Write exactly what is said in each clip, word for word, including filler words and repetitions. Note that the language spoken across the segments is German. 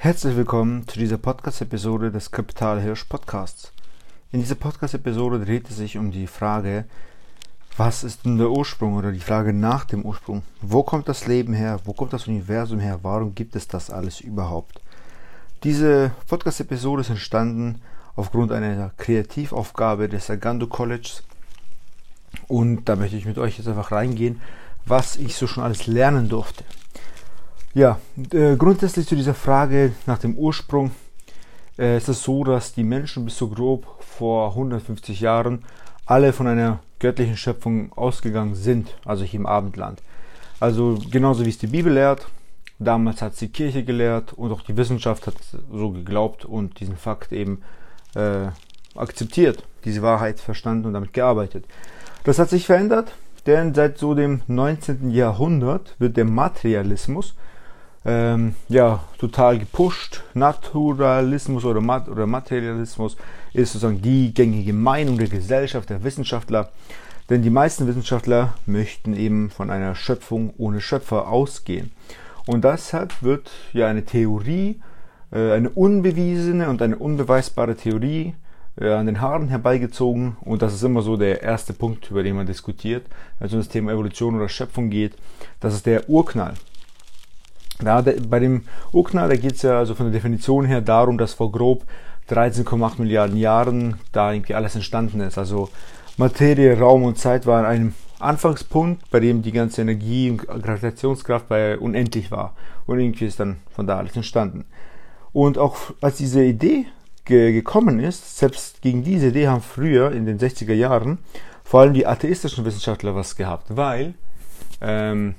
Herzlich willkommen zu dieser Podcast-Episode des Kapitalhirsch Podcasts. In dieser Podcast-Episode dreht es sich um die Frage, was ist denn der Ursprung oder die Frage nach dem Ursprung? Wo kommt das Leben her? Wo kommt das Universum her? Warum gibt es das alles überhaupt? Diese Podcast-Episode ist entstanden aufgrund einer Kreativaufgabe des Agando Colleges und da möchte ich mit euch jetzt einfach reingehen, was ich so schon alles lernen durfte. Ja, äh, grundsätzlich zu dieser Frage nach dem Ursprung äh, ist es so, dass die Menschen bis so grob vor hundertfünfzig Jahren alle von einer göttlichen Schöpfung ausgegangen sind, also hier im Abendland. Also genauso wie es die Bibel lehrt, damals hat es die Kirche gelehrt und auch die Wissenschaft hat so geglaubt und diesen Fakt eben äh, akzeptiert, diese Wahrheit verstanden und damit gearbeitet. Das hat sich verändert, denn seit so dem neunzehnten Jahrhundert wird der Materialismus Ähm, ja, total gepusht. Naturalismus oder, Mat oder Materialismus ist sozusagen die gängige Meinung der Gesellschaft, der Wissenschaftler. Denn die meisten Wissenschaftler möchten eben von einer Schöpfung ohne Schöpfer ausgehen. Und deshalb wird ja eine Theorie, äh, eine unbewiesene und eine unbeweisbare Theorie äh, an den Haaren herbeigezogen. Und das ist immer so der erste Punkt, über den man diskutiert, wenn es um das Thema Evolution oder Schöpfung geht. Das ist der Urknall. Da, der, bei dem Urknall, da geht es ja also von der Definition her darum, dass vor grob dreizehn Komma acht Milliarden Jahren da irgendwie alles entstanden ist. Also Materie, Raum und Zeit waren ein Anfangspunkt, bei dem die ganze Energie und Gravitationskraft bei unendlich war. Und irgendwie ist dann von da alles entstanden. Und auch als diese Idee ge gekommen ist, selbst gegen diese Idee haben früher in den sechziger Jahren vor allem die atheistischen Wissenschaftler was gehabt, weil ähm,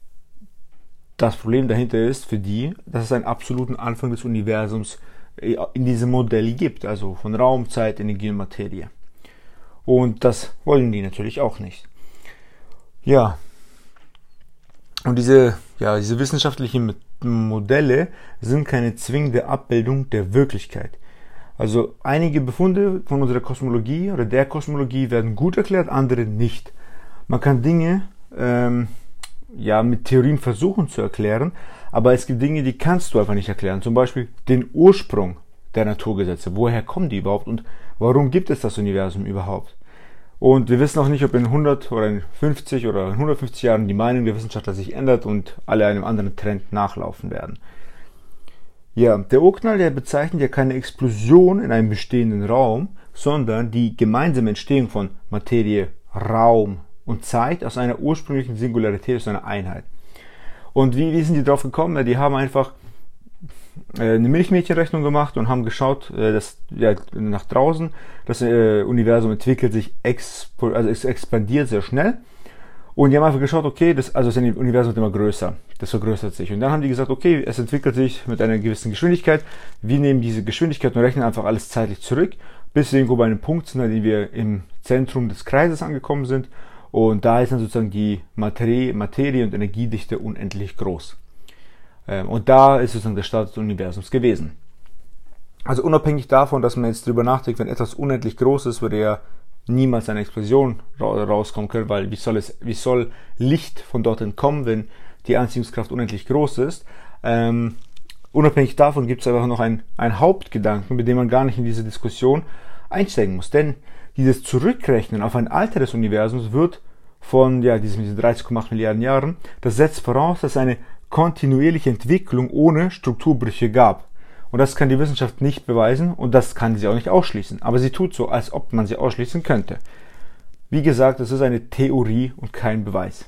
das Problem dahinter ist für die, dass es einen absoluten Anfang des Universums in diesem Modell gibt, also von Raum, Zeit, Energie und Materie. Und das wollen die natürlich auch nicht. Ja, und diese, ja, diese wissenschaftlichen Modelle sind keine zwingende Abbildung der Wirklichkeit. Also einige Befunde von unserer Kosmologie oder der Kosmologie werden gut erklärt, andere nicht. Man kann Dinge ähm, ja, mit Theorien versuchen zu erklären, aber es gibt Dinge, die kannst du einfach nicht erklären. Zum Beispiel den Ursprung der Naturgesetze. Woher kommen die überhaupt und warum gibt es das Universum überhaupt? Und wir wissen auch nicht, ob in hundert oder in fünfzig oder in hundertfünfzig Jahren die Meinung der Wissenschaftler sich ändert und alle einem anderen Trend nachlaufen werden. Ja, der Urknall, der bezeichnet ja keine Explosion in einem bestehenden Raum, sondern die gemeinsame Entstehung von Materie, Raum und Zeit aus einer ursprünglichen Singularität, aus einer Einheit. Und wie, wie sind die drauf gekommen? Ja, die haben einfach äh, eine Milchmädchenrechnung gemacht und haben geschaut, äh, dass ja, nach draußen das äh, Universum entwickelt sich, expo also es expandiert sehr schnell. Und die haben einfach geschaut, okay, das, also das Universum wird immer größer, das vergrößert sich. Und dann haben die gesagt, okay, es entwickelt sich mit einer gewissen Geschwindigkeit. Wir nehmen diese Geschwindigkeit und rechnen einfach alles zeitlich zurück, bis wir irgendwo bei einem Punkt sind, an dem wir im Zentrum des Kreises angekommen sind. Und da ist dann sozusagen die Materie, Materie und Energiedichte unendlich groß. Ähm, und da ist sozusagen der Start des Universums gewesen. Also unabhängig davon, dass man jetzt drüber nachdenkt, wenn etwas unendlich groß ist, würde ja niemals eine Explosion ra rauskommen können, weil wie soll es, wie soll Licht von dort entkommen, wenn die Anziehungskraft unendlich groß ist? Ähm, unabhängig davon gibt es einfach noch einen, einen Hauptgedanken, mit dem man gar nicht in diese Diskussion einsteigen muss. Denn dieses Zurückrechnen auf ein Alter des Universums wird von ja, diesen dreizehn Komma acht Milliarden Jahren, das setzt voraus, dass es eine kontinuierliche Entwicklung ohne Strukturbrüche gab. Und das kann die Wissenschaft nicht beweisen und das kann sie auch nicht ausschließen. Aber sie tut so, als ob man sie ausschließen könnte. Wie gesagt, es ist eine Theorie und kein Beweis.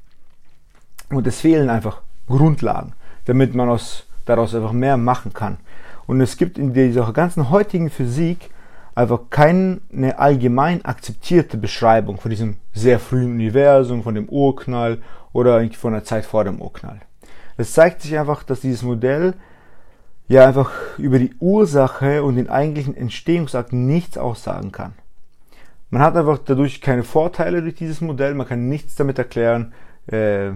Und es fehlen einfach Grundlagen, damit man aus, daraus einfach mehr machen kann. Und es gibt in dieser ganzen heutigen Physik einfach keine allgemein akzeptierte Beschreibung von diesem sehr frühen Universum, von dem Urknall oder von der Zeit vor dem Urknall. Es zeigt sich einfach, dass dieses Modell ja einfach über die Ursache und den eigentlichen Entstehungsakt nichts aussagen kann. Man hat einfach dadurch keine Vorteile durch dieses Modell, man kann nichts damit erklären, äh,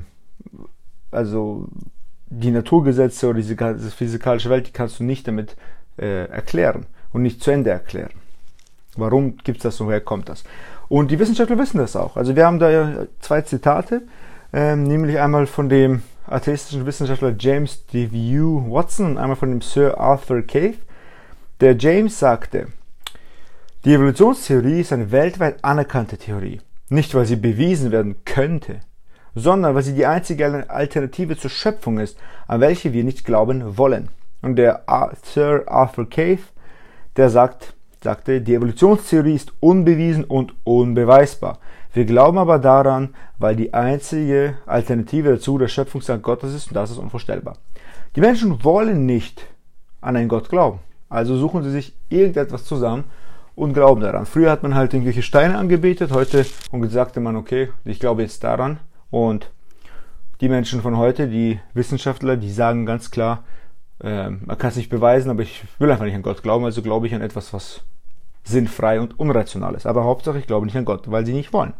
also die Naturgesetze oder diese, diese physikalische Welt, die kannst du nicht damit äh, erklären und nicht zu Ende erklären. Warum gibt es das und woher kommt das? Und die Wissenschaftler wissen das auch. Also wir haben da ja zwei Zitate, ähm, nämlich einmal von dem atheistischen Wissenschaftler James Devereaux Watson und einmal von dem Sir Arthur Cave. Der James sagte, die Evolutionstheorie ist eine weltweit anerkannte Theorie. Nicht, weil sie bewiesen werden könnte, sondern weil sie die einzige Alternative zur Schöpfung ist, an welche wir nicht glauben wollen. Und der Sir Arthur Cave, der sagt, sagte, die Evolutionstheorie ist unbewiesen und unbeweisbar. Wir glauben aber daran, weil die einzige Alternative dazu der Schöpfungsakt Gottes ist und das ist unvorstellbar. Die Menschen wollen nicht an einen Gott glauben, also suchen sie sich irgendetwas zusammen und glauben daran. Früher hat man halt irgendwelche Steine angebetet, heute und sagte man, okay, ich glaube jetzt daran. Und die Menschen von heute, die Wissenschaftler, die sagen ganz klar, äh, man kann es nicht beweisen, aber ich will einfach nicht an Gott glauben, also glaube ich an etwas, was sinnfrei und unrational ist. Aber Hauptsache, ich glaube nicht an Gott, weil sie nicht wollen.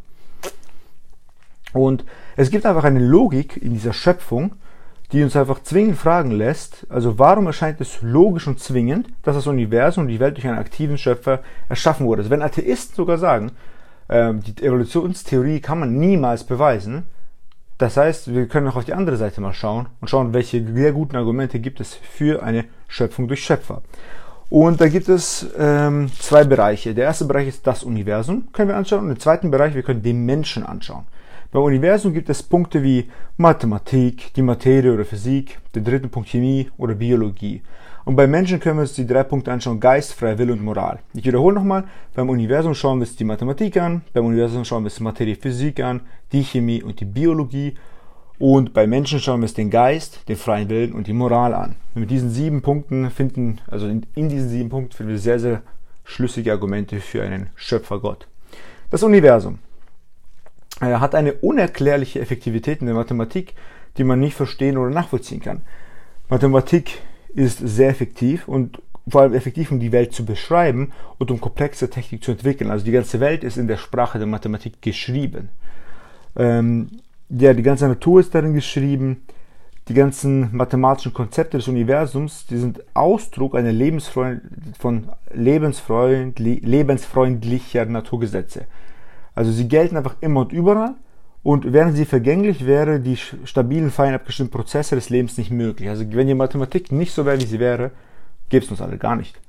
Und es gibt einfach eine Logik in dieser Schöpfung, die uns einfach zwingend fragen lässt, also warum erscheint es logisch und zwingend, dass das Universum und die Welt durch einen aktiven Schöpfer erschaffen wurde. Also wenn Atheisten sogar sagen, äh, die Evolutionstheorie kann man niemals beweisen, das heißt, wir können auch auf die andere Seite mal schauen und schauen, welche sehr guten Argumente gibt es für eine Schöpfung durch Schöpfer. Und da gibt es ähm, zwei Bereiche. Der erste Bereich ist das Universum, können wir anschauen. Und im zweiten Bereich, wir können den Menschen anschauen. Beim Universum gibt es Punkte wie Mathematik, die Materie oder Physik, den dritten Punkt Chemie oder Biologie. Und beim Menschen können wir uns die drei Punkte anschauen, Geist, freier Wille und Moral. Ich wiederhole nochmal, beim Universum schauen wir uns die Mathematik an, beim Universum schauen wir uns die Materie, Physik an, die Chemie und die Biologie. Und bei Menschen schauen wir uns den Geist, den freien Willen und die Moral an. Und mit diesen sieben Punkten finden, also in, in diesen sieben Punkten finden wir sehr, sehr schlüssige Argumente für einen Schöpfergott. Das Universum äh, hat eine unerklärliche Effektivität in der Mathematik, die man nicht verstehen oder nachvollziehen kann. Mathematik ist sehr effektiv und vor allem effektiv, um die Welt zu beschreiben und um komplexe Technik zu entwickeln. Also die ganze Welt ist in der Sprache der Mathematik geschrieben. Ähm, Ja, die ganze Natur ist darin geschrieben, die ganzen mathematischen Konzepte des Universums, die sind Ausdruck einer lebensfreund von lebensfreundli lebensfreundlicher Naturgesetze. Also sie gelten einfach immer und überall und wären sie vergänglich, wäre die stabilen, fein abgestimmten Prozesse des Lebens nicht möglich. Also wenn die Mathematik nicht so wäre, wie sie wäre, gäbe es uns alle gar nicht.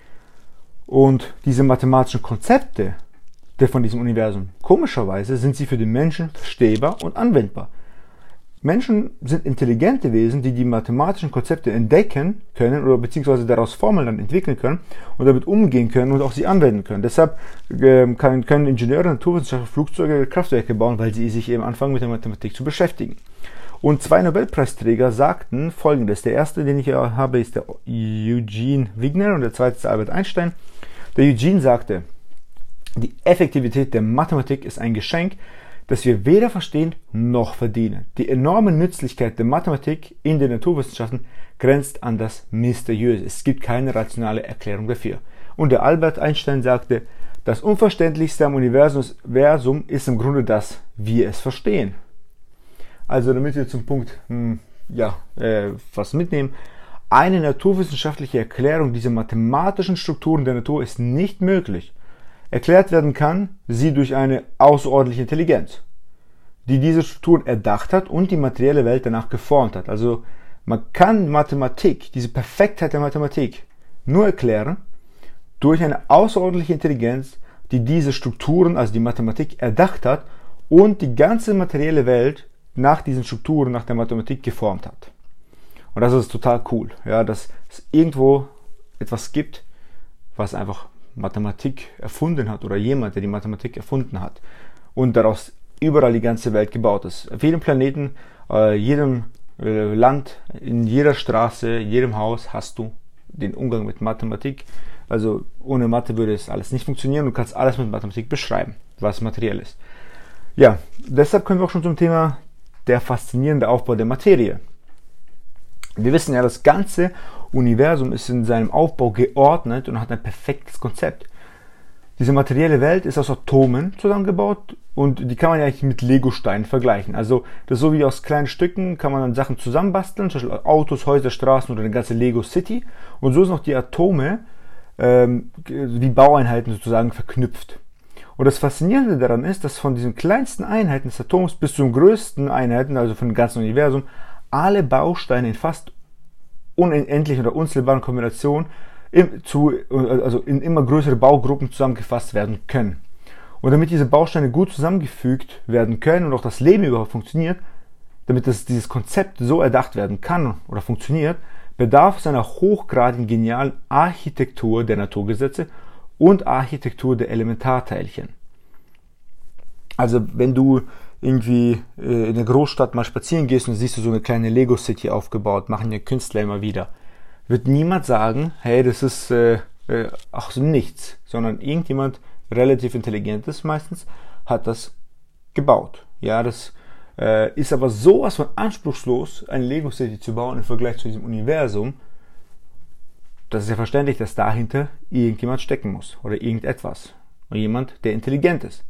Und diese mathematischen Konzepte von diesem Universum. Komischerweise sind sie für den Menschen verstehbar und anwendbar. Menschen sind intelligente Wesen, die die mathematischen Konzepte entdecken können oder beziehungsweise daraus Formeln dann entwickeln können und damit umgehen können und auch sie anwenden können. Deshalb äh, kann, können Ingenieure, Naturwissenschaftler, Flugzeuge, Kraftwerke bauen, weil sie sich eben anfangen mit der Mathematik zu beschäftigen. Und zwei Nobelpreisträger sagten Folgendes. Der erste, den ich hier habe, ist der Eugene Wigner und der zweite ist Albert Einstein. Der Eugene sagte, die Effektivität der Mathematik ist ein Geschenk, das wir weder verstehen noch verdienen. Die enorme Nützlichkeit der Mathematik in den Naturwissenschaften grenzt an das Mysteriöse. Es gibt keine rationale Erklärung dafür. Und der Albert Einstein sagte, das Unverständlichste am Universum ist im Grunde, dass wir es verstehen. Also damit wir zum Punkt hm, ja, äh, was mitnehmen, eine naturwissenschaftliche Erklärung dieser mathematischen Strukturen der Natur ist nicht möglich. Erklärt werden kann sie durch eine außerordentliche Intelligenz, die diese Strukturen erdacht hat und die materielle Welt danach geformt hat. Also man kann Mathematik, diese Perfektheit der Mathematik, nur erklären durch eine außerordentliche Intelligenz, die diese Strukturen, also die Mathematik, erdacht hat und die ganze materielle Welt nach diesen Strukturen, nach der Mathematik geformt hat. Und das ist total cool, ja, dass es irgendwo etwas gibt, was einfach Mathematik erfunden hat oder jemand, der die Mathematik erfunden hat und daraus überall die ganze Welt gebaut ist. Auf jedem Planeten, äh, jedem äh, Land, in jeder Straße, in jedem Haus hast du den Umgang mit Mathematik. Also ohne Mathe würde es alles nicht funktionieren. Du kannst alles mit Mathematik beschreiben, was materiell ist. Ja, deshalb können wir auch schon zum Thema der faszinierende Aufbau der Materie. Wir wissen ja, das ganze Universum ist in seinem Aufbau geordnet und hat ein perfektes Konzept. Diese materielle Welt ist aus Atomen zusammengebaut und die kann man ja eigentlich mit Legosteinen vergleichen. Also das ist so wie aus kleinen Stücken kann man dann Sachen zusammenbasteln, zum Beispiel Autos, Häuser, Straßen oder eine ganze Lego City. Und so sind auch die Atome ähm, wie Baueinheiten sozusagen verknüpft. Und das Faszinierende daran ist, dass von diesen kleinsten Einheiten des Atoms bis zu den größten Einheiten, also von dem ganzen Universum, alle Bausteine in fast unendlichen oder unzählbaren Kombinationen im, zu, also in immer größere Baugruppen zusammengefasst werden können. Und damit diese Bausteine gut zusammengefügt werden können und auch das Leben überhaupt funktioniert, damit das, dieses Konzept so erdacht werden kann oder funktioniert, bedarf es einer hochgradigen genialen Architektur der Naturgesetze und Architektur der Elementarteilchen. Also wenn du irgendwie äh, in der Großstadt mal spazieren gehst und siehst du so eine kleine Lego-City aufgebaut, machen ja Künstler immer wieder, wird niemand sagen, hey, das ist äh, äh, ach so nichts, sondern irgendjemand relativ Intelligentes meistens hat das gebaut. Ja, das äh, ist aber sowas von anspruchslos, eine Lego-City zu bauen im Vergleich zu diesem Universum. Das ist ja verständlich, dass dahinter irgendjemand stecken muss oder irgendetwas. Oder jemand, der intelligent ist.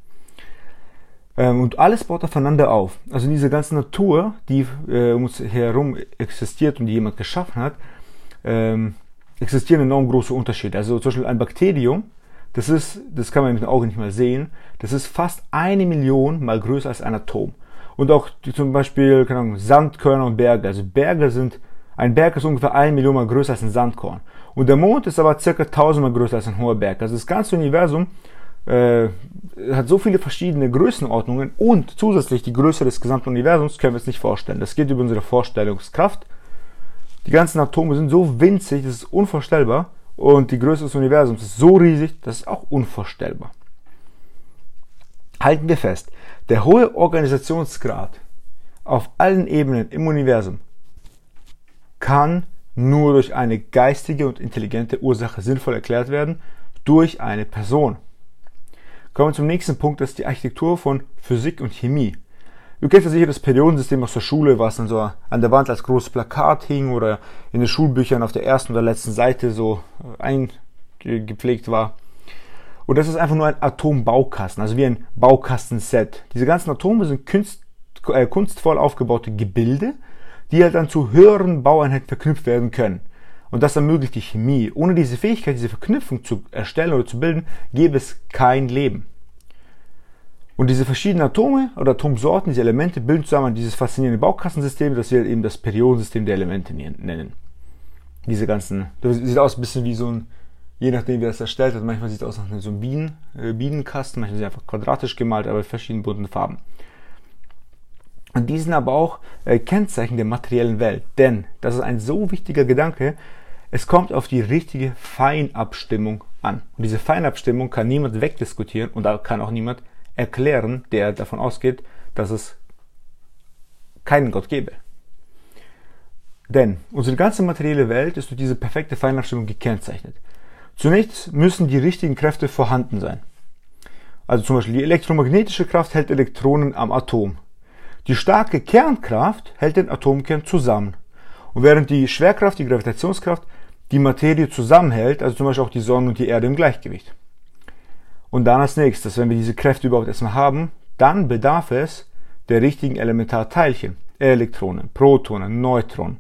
Ähm, und alles baut aufeinander auf. Also diese ganze Natur, die äh, um uns herum existiert und die jemand geschaffen hat, ähm, existieren enorm große Unterschiede. Also zum Beispiel ein Bakterium, das ist, das kann man mit dem Auge nicht mal sehen, das ist fast eine Million mal größer als ein Atom. Und auch die, zum Beispiel, keine Ahnung, Sandkörner und Berge. Also Berge sind, ein Berg ist ungefähr eine Million mal größer als ein Sandkorn. Und der Mond ist aber circa tausend mal größer als ein hoher Berg. Also das ganze Universum äh, hat so viele verschiedene Größenordnungen und zusätzlich die Größe des gesamten Universums können wir uns nicht vorstellen. Das geht über unsere Vorstellungskraft. Die ganzen Atome sind so winzig, das ist unvorstellbar. Und die Größe des Universums ist so riesig, das ist auch unvorstellbar. Halten wir fest, der hohe Organisationsgrad auf allen Ebenen im Universum kann nur durch eine geistige und intelligente Ursache sinnvoll erklärt werden, durch eine Person. Kommen wir zum nächsten Punkt, das ist die Architektur von Physik und Chemie. Du kennst ja sicher das Periodensystem aus der Schule, was dann so an der Wand als großes Plakat hing oder in den Schulbüchern auf der ersten oder letzten Seite so eingepflegt war. Und das ist einfach nur ein Atombaukasten, also wie ein Baukastenset. Diese ganzen Atome sind kunst, äh, kunstvoll aufgebaute Gebilde, die halt dann zu höheren Baueinheiten verknüpft werden können. Und das ermöglicht die Chemie. Ohne diese Fähigkeit, diese Verknüpfung zu erstellen oder zu bilden, gäbe es kein Leben. Und diese verschiedenen Atome oder Atomsorten, diese Elemente bilden zusammen dieses faszinierende Baukastensystem, das wir eben das Periodensystem der Elemente nennen. Diese ganzen, das sieht aus ein bisschen wie so ein, je nachdem wie das erstellt wird, manchmal sieht es aus wie so ein Bienen, äh, Bienenkasten, manchmal sind sie einfach quadratisch gemalt, aber in verschiedenen bunten Farben. Und die sind aber auch äh, Kennzeichen der materiellen Welt, denn das ist ein so wichtiger Gedanke, es kommt auf die richtige Feinabstimmung an. Und diese Feinabstimmung kann niemand wegdiskutieren und da kann auch niemand erklären, der davon ausgeht, dass es keinen Gott gäbe. Denn unsere ganze materielle Welt ist durch diese perfekte Feinabstimmung gekennzeichnet. Zunächst müssen die richtigen Kräfte vorhanden sein. Also zum Beispiel die elektromagnetische Kraft hält Elektronen am Atom. Die starke Kernkraft hält den Atomkern zusammen. Und während die Schwerkraft, die Gravitationskraft, die Materie zusammenhält, also zum Beispiel auch die Sonne und die Erde im Gleichgewicht. Und dann als nächstes, wenn wir diese Kräfte überhaupt erstmal haben, dann bedarf es der richtigen Elementarteilchen, Elektronen, Protonen, Neutronen.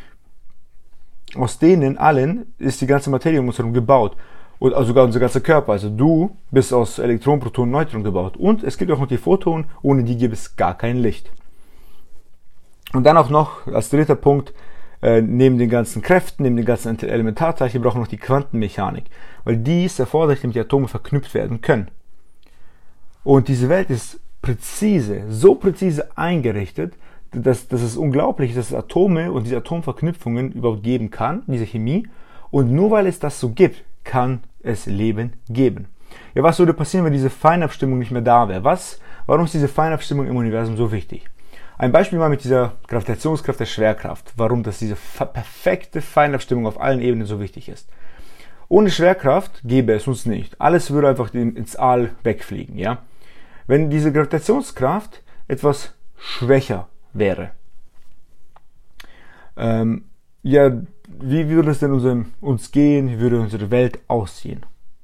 Aus denen allen ist die ganze Materie um uns herum gebaut. Und also sogar unser ganzer Körper. Also du bist aus Elektronen, Protonen, Neutronen gebaut. Und es gibt auch noch die Photonen, ohne die gibt es gar kein Licht. Und dann auch noch als dritter Punkt, äh, neben den ganzen Kräften, neben den ganzen Elementarteilchen brauchen wir noch die Quantenmechanik. Weil die ist erforderlich, damit die Atome verknüpft werden können. Und diese Welt ist präzise, so präzise eingerichtet, dass, dass es unglaublich ist, dass es Atome und diese Atomverknüpfungen überhaupt geben kann, diese Chemie. Und nur weil es das so gibt, kann es Leben geben. Ja, was würde passieren, wenn diese Feinabstimmung nicht mehr da wäre? Was, warum ist diese Feinabstimmung im Universum so wichtig? Ein Beispiel mal mit dieser Gravitationskraft der Schwerkraft, warum das diese perfekte Feinabstimmung auf allen Ebenen so wichtig ist. Ohne Schwerkraft gäbe es uns nicht. Alles würde einfach ins All wegfliegen, ja. Wenn diese Gravitationskraft etwas schwächer wäre, ähm, ja, wie würde es denn unserem, uns gehen? Wie würde unsere Welt aussehen?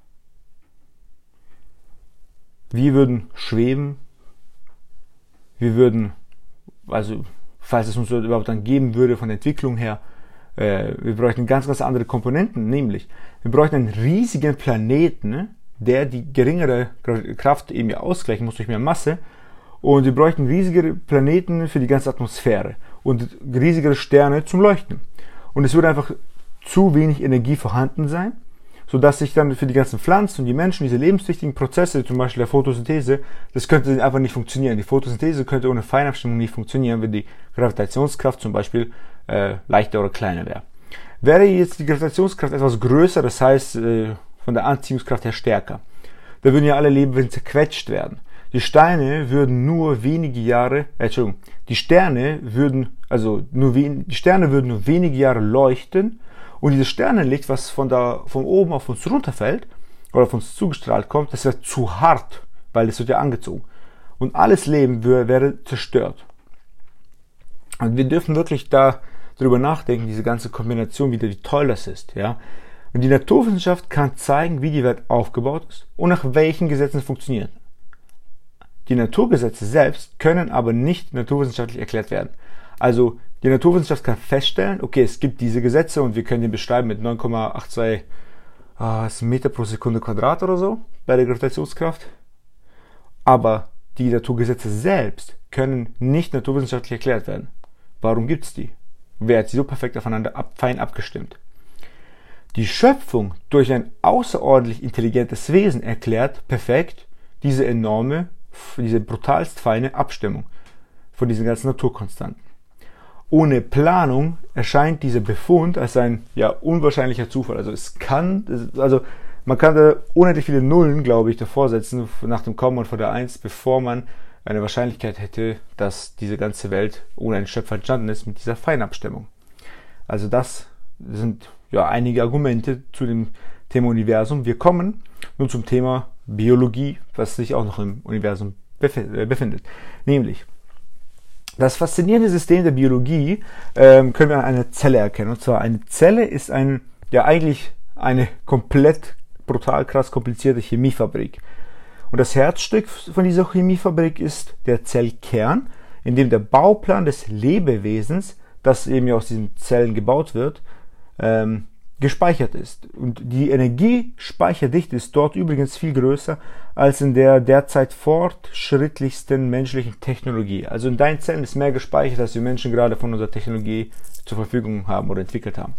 Wir würden schweben. Wir würden, also falls es uns überhaupt dann geben würde von der Entwicklung her, äh, wir bräuchten ganz, ganz andere Komponenten, nämlich wir bräuchten einen riesigen Planeten, der die geringere Kraft eben ausgleichen muss durch mehr Masse. Und wir bräuchten riesige Planeten für die ganze Atmosphäre. und riesige Sterne zum Leuchten. Und es würde einfach zu wenig Energie vorhanden sein, sodass sich dann für die ganzen Pflanzen und die Menschen diese lebenswichtigen Prozesse, zum Beispiel der Photosynthese, das könnte einfach nicht funktionieren. Die Photosynthese könnte ohne Feinabstimmung nicht funktionieren, wenn die Gravitationskraft zum Beispiel äh, leichter oder kleiner wäre. Wäre jetzt die Gravitationskraft etwas größer, das heißt äh, von der Anziehungskraft her stärker, da würden ja alle Lebewesen zerquetscht werden. Die Steine würden nur wenige Jahre, äh, Entschuldigung, die Sterne würden, also nur wen, die Sterne würden nur wenige Jahre leuchten und dieses Sternenlicht, was von da, von oben auf uns runterfällt oder auf uns zugestrahlt kommt, das wäre zu hart, weil es wird ja angezogen. Und alles Leben wäre, wäre zerstört. Und wir dürfen wirklich da darüber nachdenken, diese ganze Kombination wieder, wie toll das ist, ja. Und die Naturwissenschaft kann zeigen, wie die Welt aufgebaut ist und nach welchen Gesetzen es funktioniert. Die Naturgesetze selbst können aber nicht naturwissenschaftlich erklärt werden. Also die Naturwissenschaft kann feststellen, okay, es gibt diese Gesetze und wir können die beschreiben mit neun Komma zweiundachtzig äh, Meter pro Sekunde Quadrat oder so bei der Gravitationskraft. Aber die Naturgesetze selbst können nicht naturwissenschaftlich erklärt werden. Warum gibt es die? Wer hat sie so perfekt aufeinander ab, fein abgestimmt? Die Schöpfung durch ein außerordentlich intelligentes Wesen erklärt perfekt diese enorme, diese brutalst feine Abstimmung von diesen ganzen Naturkonstanten. Ohne Planung erscheint dieser Befund als ein ja unwahrscheinlicher Zufall. Also es kann, also man kann da unendlich viele Nullen, glaube ich, davor setzen nach dem Komma und vor der eins, bevor man eine Wahrscheinlichkeit hätte, dass diese ganze Welt ohne einen Schöpfer entstanden ist mit dieser Feinabstimmung. Also das sind ja einige Argumente zu dem Thema Universum. Wir kommen nun zum Thema Biologie, was sich auch noch im Universum befindet. Nämlich das faszinierende System der Biologie ähm, können wir an einer Zelle erkennen. Und zwar eine Zelle ist ein, ja eigentlich eine komplett brutal krass komplizierte Chemiefabrik. Und das Herzstück von dieser Chemiefabrik ist der Zellkern, in dem der Bauplan des Lebewesens, das eben ja aus diesen Zellen gebaut wird, ähm, gespeichert ist. Und die Energiespeicherdichte ist dort übrigens viel größer als in der derzeit fortschrittlichsten menschlichen Technologie. Also in deinen Zellen ist mehr gespeichert, als wir Menschen gerade von unserer Technologie zur Verfügung haben oder entwickelt haben.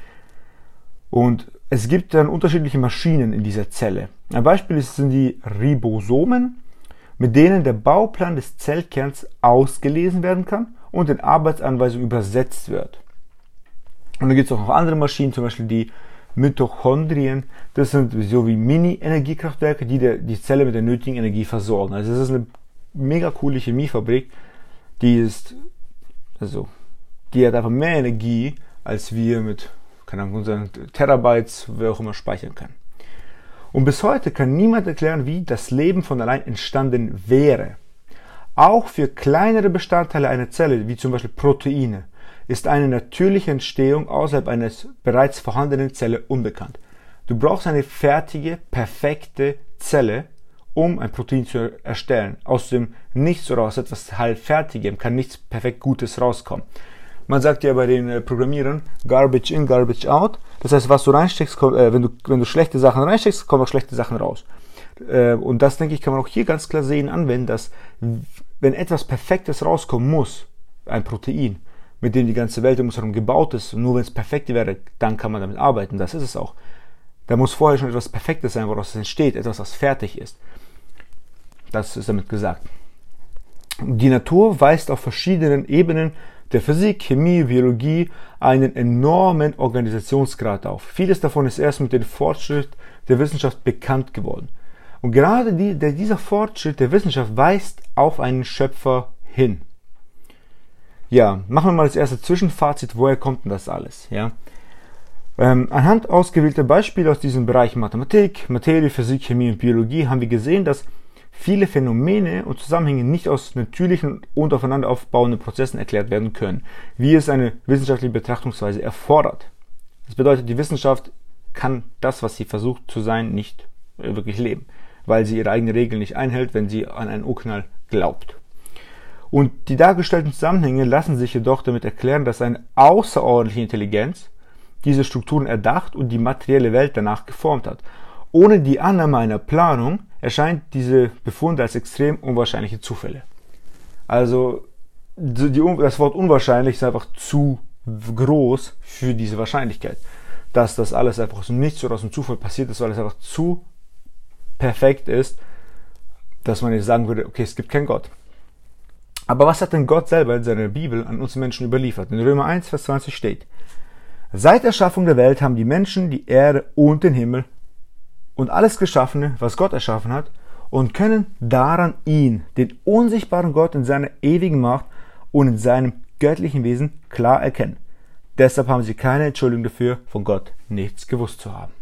Und es gibt dann unterschiedliche Maschinen in dieser Zelle. Ein Beispiel sind die Ribosomen, mit denen der Bauplan des Zellkerns ausgelesen werden kann und in Arbeitsanweisungen übersetzt wird. Und dann gibt es auch noch andere Maschinen, zum Beispiel die Mitochondrien. Das sind so wie Mini-Energiekraftwerke, die der, die Zelle mit der nötigen Energie versorgen. Also das ist eine mega coole Chemiefabrik, die ist, also, die hat einfach mehr Energie, als wir mit, keine Ahnung, unseren Terabytes, wer auch immer, speichern können. Und bis heute kann niemand erklären, wie das Leben von allein entstanden wäre. Auch für kleinere Bestandteile einer Zelle, wie zum Beispiel Proteine, ist eine natürliche Entstehung außerhalb eines bereits vorhandenen Zelle unbekannt. Du brauchst eine fertige, perfekte Zelle, um ein Protein zu erstellen. Aus dem Nichts oder aus etwas halbfertigem kann nichts perfekt Gutes rauskommen. Man sagt ja bei den Programmierern Garbage in, Garbage out. Das heißt, was du reinsteckst, kommt, äh, wenn du wenn du schlechte Sachen reinsteckst, kommen auch schlechte Sachen raus. Äh, und das, denke ich, kann man auch hier ganz klar sehen, anwenden, dass wenn etwas Perfektes rauskommen muss, ein Protein, mit dem die ganze Welt um uns herum gebaut ist, und nur wenn es perfekt wäre, dann kann man damit arbeiten. Das ist es auch. Da muss vorher schon etwas Perfektes sein, woraus es entsteht, etwas, was fertig ist. Das ist damit gesagt. Die Natur weist auf verschiedenen Ebenen der Physik, Chemie, Biologie einen enormen Organisationsgrad auf. Vieles davon ist erst mit dem Fortschritt der Wissenschaft bekannt geworden. Und gerade die, der, dieser Fortschritt der Wissenschaft weist auf einen Schöpfer hin. Ja, machen wir mal das erste Zwischenfazit. Woher kommt denn das alles? Ja? Ähm, anhand ausgewählter Beispiele aus diesem Bereich Mathematik, Materie, Physik, Chemie und Biologie haben wir gesehen, dass viele Phänomene und Zusammenhänge nicht aus natürlichen und aufeinander aufbauenden Prozessen erklärt werden können, wie es eine wissenschaftliche Betrachtungsweise erfordert. Das bedeutet, die Wissenschaft kann das, was sie versucht zu sein, nicht wirklich leben, weil sie ihre eigenen Regeln nicht einhält, wenn sie an einen Urknall glaubt. Und die dargestellten Zusammenhänge lassen sich jedoch damit erklären, dass eine außerordentliche Intelligenz diese Strukturen erdacht und die materielle Welt danach geformt hat. Ohne die Annahme einer Planung erscheint diese Befunde als extrem unwahrscheinliche Zufälle. Also die, das Wort unwahrscheinlich ist einfach zu groß für diese Wahrscheinlichkeit. Dass das alles einfach aus dem Nichts oder aus dem Zufall passiert ist, weil es einfach zu perfekt ist, dass man jetzt sagen würde, okay, es gibt keinen Gott. Aber was hat denn Gott selber in seiner Bibel an uns Menschen überliefert? In Römer eins, Vers zwanzig steht: Seit der Schaffung der Welt haben die Menschen die Erde und den Himmel und alles Geschaffene, was Gott erschaffen hat, und können daran ihn, den unsichtbaren Gott in seiner ewigen Macht und in seinem göttlichen Wesen klar erkennen. Deshalb haben sie keine Entschuldigung dafür, von Gott nichts gewusst zu haben.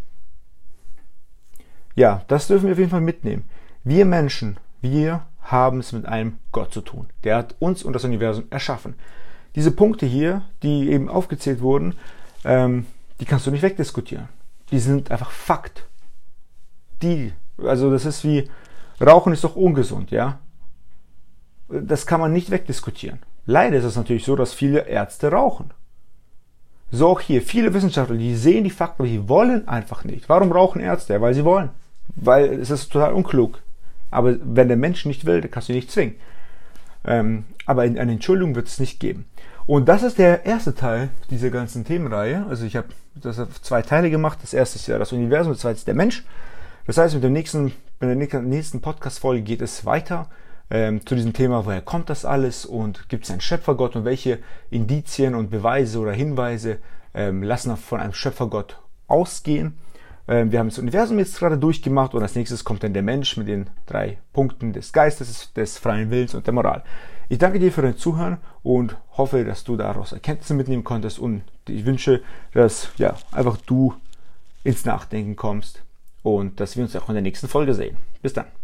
Ja, das dürfen wir auf jeden Fall mitnehmen. Wir Menschen, wir haben es mit einem Gott zu tun. Der hat uns und das Universum erschaffen. Diese Punkte hier, die eben aufgezählt wurden, ähm, die kannst du nicht wegdiskutieren. Die sind einfach Fakt. Die, also das ist wie, Rauchen ist doch ungesund, ja? Das kann man nicht wegdiskutieren. Leider ist es natürlich so, dass viele Ärzte rauchen. So auch hier, viele Wissenschaftler, die sehen die Fakten, aber die wollen einfach nicht. Warum rauchen Ärzte? Ja, weil sie wollen. Weil es ist total unklug. Aber wenn der Mensch nicht will, dann kannst du ihn nicht zwingen. Ähm, aber eine Entschuldigung wird es nicht geben. Und das ist der erste Teil dieser ganzen Themenreihe. Also ich habe das auf zwei Teile gemacht. Das erste ist ja das Universum, das zweite ist der Mensch. Das heißt, mit dem nächsten, mit der nächsten Podcast-Folge geht es weiter ähm, zu diesem Thema, woher kommt das alles und gibt es einen Schöpfergott und welche Indizien und Beweise oder Hinweise ähm, lassen von einem Schöpfergott ausgehen. Ähm, wir haben das Universum jetzt gerade durchgemacht und als nächstes kommt dann der Mensch mit den drei Punkten des Geistes, des freien Willens und der Moral. Ich danke dir für dein Zuhören und hoffe, dass du daraus Erkenntnisse mitnehmen konntest und ich wünsche, dass ja einfach du ins Nachdenken kommst und dass wir uns auch in der nächsten Folge sehen. Bis dann.